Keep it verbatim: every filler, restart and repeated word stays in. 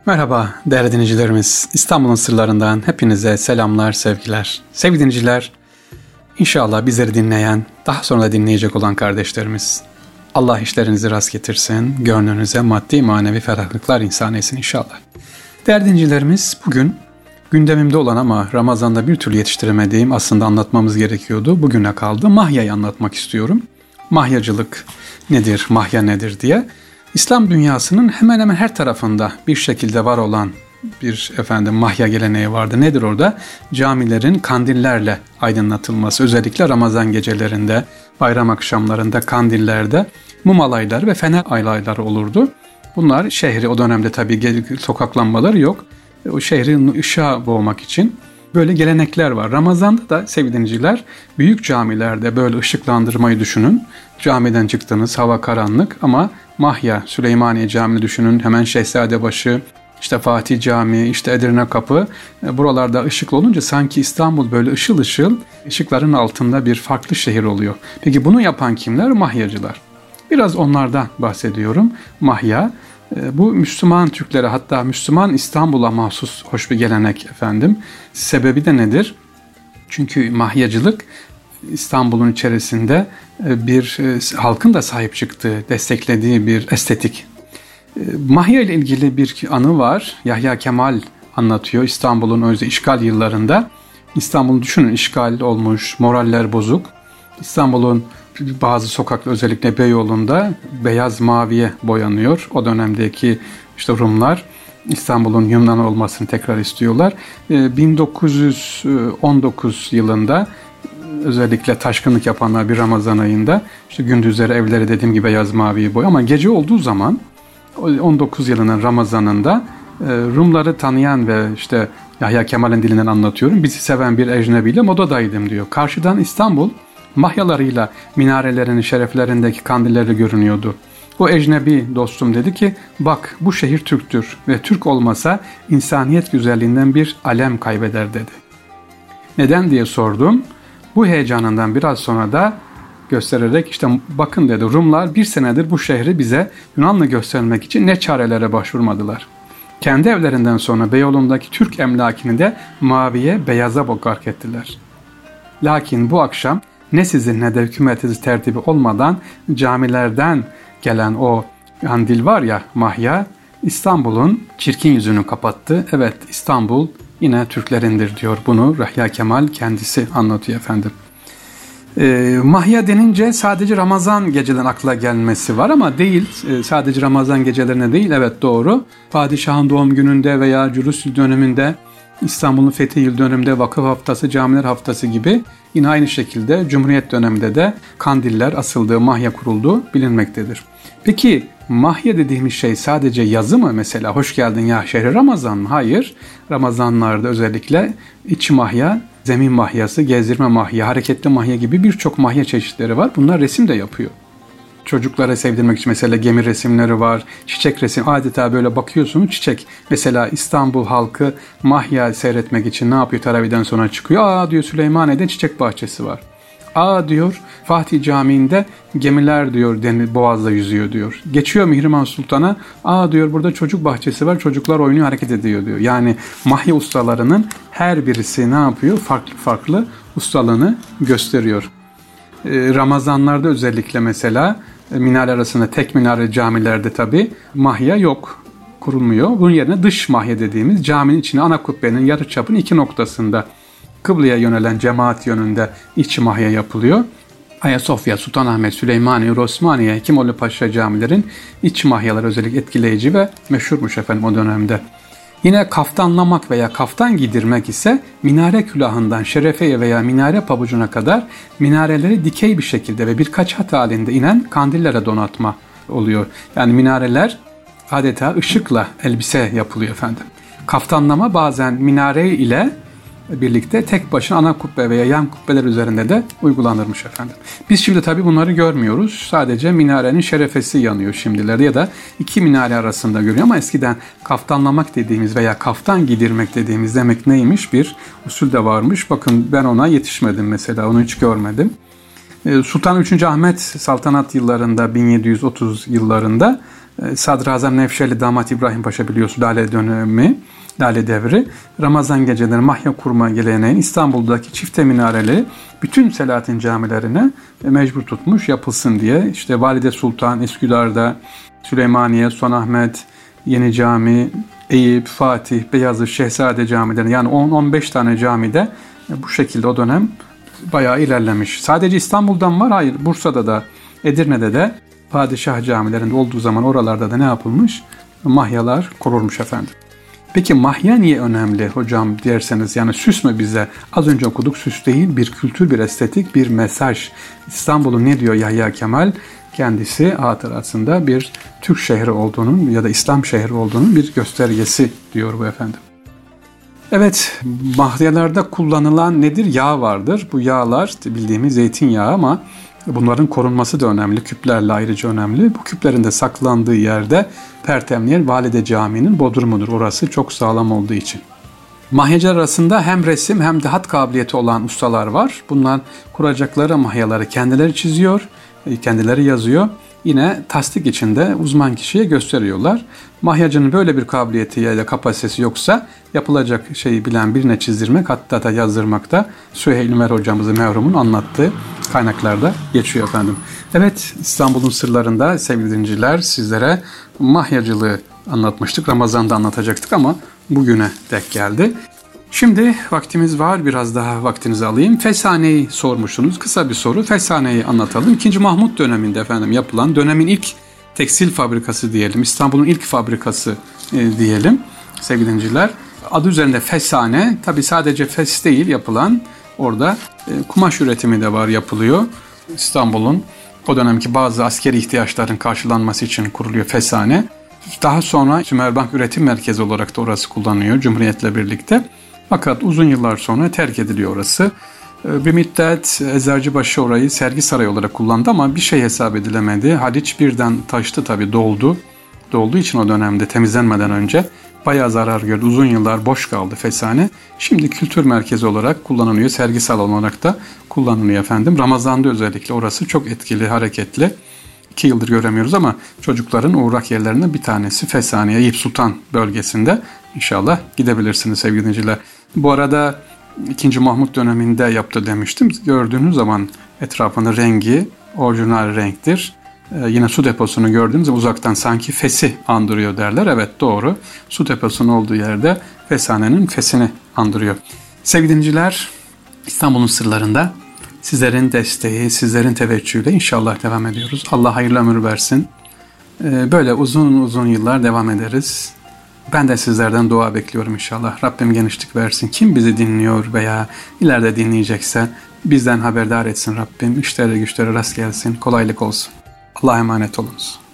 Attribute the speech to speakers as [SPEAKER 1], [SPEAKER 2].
[SPEAKER 1] Merhaba değerli dinleyicilerimiz. İstanbul'un sırlarından hepinize selamlar, sevgiler. Sevgili dinleyiciler, inşallah bizleri dinleyen, daha sonra da dinleyecek olan kardeşlerimiz, Allah işlerinizi rast getirsin, gönlünüze maddi manevi ferahlıklar ihsan etsin inşallah. Değerli dinleyicilerimiz, bugün gündemimde olan ama Ramazan'da bir türlü yetiştiremediğim, aslında anlatmamız gerekiyordu, bugüne kaldı. Mahya'yı anlatmak istiyorum. Mahyacılık nedir, mahya nedir diye. İslam dünyasının hemen hemen her tarafında bir şekilde var olan bir efendim mahya geleneği vardı. Nedir orada? Camilerin kandillerle aydınlatılması, özellikle Ramazan gecelerinde, bayram akşamlarında kandillerde mum alayları ve fener alayları olurdu. Bunlar şehri, o dönemde tabii sokak lambaları yok, o şehri ışığa boğmak için böyle gelenekler var. Ramazan'da da sevgili dinleyiciler, büyük camilerde böyle ışıklandırmayı düşünün. Camiden çıktınız, hava karanlık ama Mahya, Süleymaniye Camii'ni düşünün. Hemen Şehzadebaşı, işte Fatih Camii, işte Edirne Kapı. Buralarda ışıklı olunca sanki İstanbul böyle ışıl ışıl, ışıkların altında bir farklı şehir oluyor. Peki bunu yapan kimler? Mahyacılar. Biraz onlardan bahsediyorum. Mahya, bu Müslüman Türklere, hatta Müslüman İstanbul'a mahsus hoş bir gelenek efendim. Sebebi de nedir? Çünkü mahyacılık İstanbul'un içerisinde bir halkın da sahip çıktığı, desteklediği bir estetik. Mahya ile ilgili bir anı var. Yahya Kemal anlatıyor İstanbul'un özde işgal yıllarında. İstanbul'u düşünün, işgal olmuş, moraller bozuk. İstanbul'un bazı sokaklar, özellikle Beyoğlu'nda beyaz maviye boyanıyor. O dönemdeki işte Rumlar İstanbul'un Yunan olmasını tekrar istiyorlar. bin dokuz yüz on dokuz yılında özellikle taşkınlık yapanlar bir Ramazan ayında işte gündüzleri evleri dediğim gibi beyaz maviye boy, ama gece olduğu zaman on dokuz yılının Ramazanında Rumları tanıyan ve işte Yahya Kemal'in dilinden anlatıyorum, bizi seven bir ecnebiyle modadaydım diyor. Karşıdan İstanbul mahyalarıyla minarelerinin şereflerindeki kandilleri görünüyordu. O ecnebi dostum dedi ki, bak bu şehir Türktür ve Türk olmasa insaniyet güzelliğinden bir alem kaybeder dedi. Neden diye sordum. Bu heyecanından biraz sonra da göstererek işte bakın dedi, Rumlar bir senedir bu şehri bize Yunanlı göstermek için ne çarelere başvurmadılar. Kendi evlerinden sonra Beyoğlu'ndaki Türk emlakini de maviye beyaza bogark ettiler. Lakin bu akşam ne sizin ne de hükümetiniz tertibi olmadan camilerden gelen o kandil var ya, mahya, İstanbul'un çirkin yüzünü kapattı. Evet, İstanbul yine Türklerindir diyor. Bunu Yahya Kemal kendisi anlatıyor efendim. E, mahya denince sadece Ramazan geceden akla gelmesi var ama değil. E, sadece Ramazan gecelerine değil, evet doğru. Padişahın doğum gününde veya Cülus döneminde, İstanbul'un fethi yıl döneminde vakıf haftası, camiler haftası gibi, yine aynı şekilde Cumhuriyet döneminde de kandiller asıldığı, mahya kurulduğu bilinmektedir. Peki mahya dediğimiz şey sadece yazı mı mesela? Hoş geldin ya şehri Ramazan mı? Hayır. Ramazanlarda özellikle iç mahya, zemin mahyası, gezdirme mahya, hareketli mahya gibi birçok mahya çeşitleri var. Bunlar resim de yapıyor. Çocuklara sevdirmek için mesela gemi resimleri var, çiçek resim, adeta böyle bakıyorsunuz çiçek. Mesela İstanbul halkı mahya seyretmek için ne yapıyor, teravihden sonra çıkıyor. Aa diyor, Süleymaniye'de çiçek bahçesi var. Aa diyor, Fatih Camii'nde gemiler diyor boğazda yüzüyor diyor. Geçiyor Mihrimah Sultan'a, aa diyor burada çocuk bahçesi var, çocuklar oynuyor, hareket ediyor diyor. Yani mahya ustalarının her birisi ne yapıyor? Farklı farklı ustalığını gösteriyor. Ee, Ramazanlarda özellikle mesela minare arasında, tek minare camilerde tabi mahya yok, kurulmuyor. Bunun yerine dış mahya dediğimiz caminin içine, ana kubbenin yarıçapın iki noktasında kıbleye yönelen cemaat yönünde iç mahya yapılıyor. Ayasofya, Sultanahmet, Süleymaniye, Osmaniye, Hekimoğlu Paşa camilerin iç mahyaları özellikle etkileyici ve meşhurmuş efendim o dönemde. Yine kaftanlamak veya kaftan giydirmek ise minare külahından şerefeye veya minare pabucuna kadar minareleri dikey bir şekilde ve birkaç hat halinde inen kandillere donatma oluyor. Yani minareler adeta ışıkla elbise yapılıyor efendim. Kaftanlama bazen minare ile birlikte tek başına ana kubbe veya yan kubbeler üzerinde de uygulanırmış efendim. Biz şimdi tabii bunları görmüyoruz. Sadece minarenin şerefesi yanıyor şimdilerde ya da iki minare arasında görüyor, ama eskiden kaftanlamak dediğimiz veya kaftan giydirmek dediğimiz demek neymiş? Bir usul de varmış. Bakın ben ona yetişmedim mesela, onu hiç görmedim. Sultan üçüncü. Ahmet saltanat yıllarında, bin yedi yüz otuz yıllarında Sadrazam Nevşehirli Damat İbrahim Paşa biliyorsun Lale dönemi, Lale devri. Ramazan geceleri mahya kurma geleneğin İstanbul'daki çifte minareli bütün Selahattin camilerine mecbur tutmuş yapılsın diye. İşte Valide Sultan, Üsküdar'da, Süleymaniye, Sultanahmet, Yeni Cami, Eyüp, Fatih, Beyazıt, Şehzade camileri yani on on beş tane camide bu şekilde o dönem bayağı ilerlemiş. Sadece İstanbul'dan var, hayır Bursa'da da, Edirne'de de padişah camilerinde olduğu zaman oralarda da ne yapılmış? Mahyalar kurulmuş efendim. Peki mahya niye önemli hocam derseniz, yani süs mü bize? Az önce okuduk, süs değil, bir kültür, bir estetik, bir mesaj. İstanbul'un ne diyor Yahya Kemal? Kendisi hatırasında bir Türk şehri olduğunun ya da İslam şehri olduğunun bir göstergesi diyor bu efendim. Evet, mahyalarda kullanılan nedir? Yağ vardır. Bu yağlar bildiğimiz zeytinyağı ama bunların korunması da önemli. Küplerle ayrıca önemli. Bu küplerin de saklandığı yerde Pertemniyer Valide Camii'nin bodrumudur. Orası çok sağlam olduğu için. Mahyacılar arasında hem resim hem de hat kabiliyeti olan ustalar var. Bunlar kuracakları mahyaları kendileri çiziyor, kendileri yazıyor. Yine tasdik içinde uzman kişiye gösteriyorlar. Mahyacının böyle bir kabiliyeti ya da kapasitesi yoksa yapılacak şeyi bilen birine çizdirmek, hatta da yazdırmakta Süheyl Ümer hocamızın merhumun anlattığı kaynaklarda geçiyor efendim. Evet, İstanbul'un sırlarında sevgili dinleyiciler sizlere mahyacılığı anlatmıştık. Ramazan'da anlatacaktık ama bugüne dek geldi. Şimdi vaktimiz var, biraz daha vaktinizi alayım. Fesane'yi sormuştunuz. Kısa bir soru. Fesane'yi anlatalım. İkinci Mahmut döneminde efendim yapılan dönemin ilk tekstil fabrikası diyelim. İstanbul'un ilk fabrikası e, diyelim sevgili dinleyiciler. Adı üzerinde Fesane. Tabii sadece fes değil yapılan, orada e, kumaş üretimi de var, yapılıyor. İstanbul'un o dönemki bazı askeri ihtiyaçların karşılanması için kuruluyor Fesane. Daha sonra Sümerbank Üretim Merkezi olarak da orası kullanılıyor Cumhuriyet'le birlikte. Fakat uzun yıllar sonra terk ediliyor orası. Bir müddet Eczacıbaşı orayı sergi sarayı olarak kullandı ama bir şey hesap edilemedi. Haliç birden taştı tabii, doldu. Dolduğu için o dönemde temizlenmeden önce bayağı zarar gördü. Uzun yıllar boş kaldı Fesane. Şimdi kültür merkezi olarak kullanılıyor. Sergi salonu olarak da kullanılıyor efendim. Ramazan'da özellikle orası çok etkili, hareketli. İki yıldır göremiyoruz ama çocukların uğrak yerlerinden bir tanesi Fesane, Eyüp Sultan bölgesinde. İnşallah gidebilirsiniz sevgili dinleyiciler. Bu arada ikinci Mahmut döneminde yaptı demiştim. Gördüğünüz zaman etrafının rengi orijinal renktir. Ee, yine su deposunu gördüğünüz zaman uzaktan sanki fesi andırıyor derler. Evet, doğru. Su deposunun olduğu yerde Fesane'nin fesini andırıyor. Sevgili dinleyiciler, İstanbul'un sırlarında sizlerin desteği, sizlerin teveccühüyle inşallah devam ediyoruz. Allah hayırlı ömür versin. Ee, böyle uzun uzun yıllar devam ederiz. Ben de sizlerden dua bekliyorum inşallah. Rabbim genişlik versin. Kim bizi dinliyor veya ileride dinleyecekse bizden haberdar etsin Rabbim. İşleri güçleri rast gelsin. Kolaylık olsun. Allah'a emanet olunuz.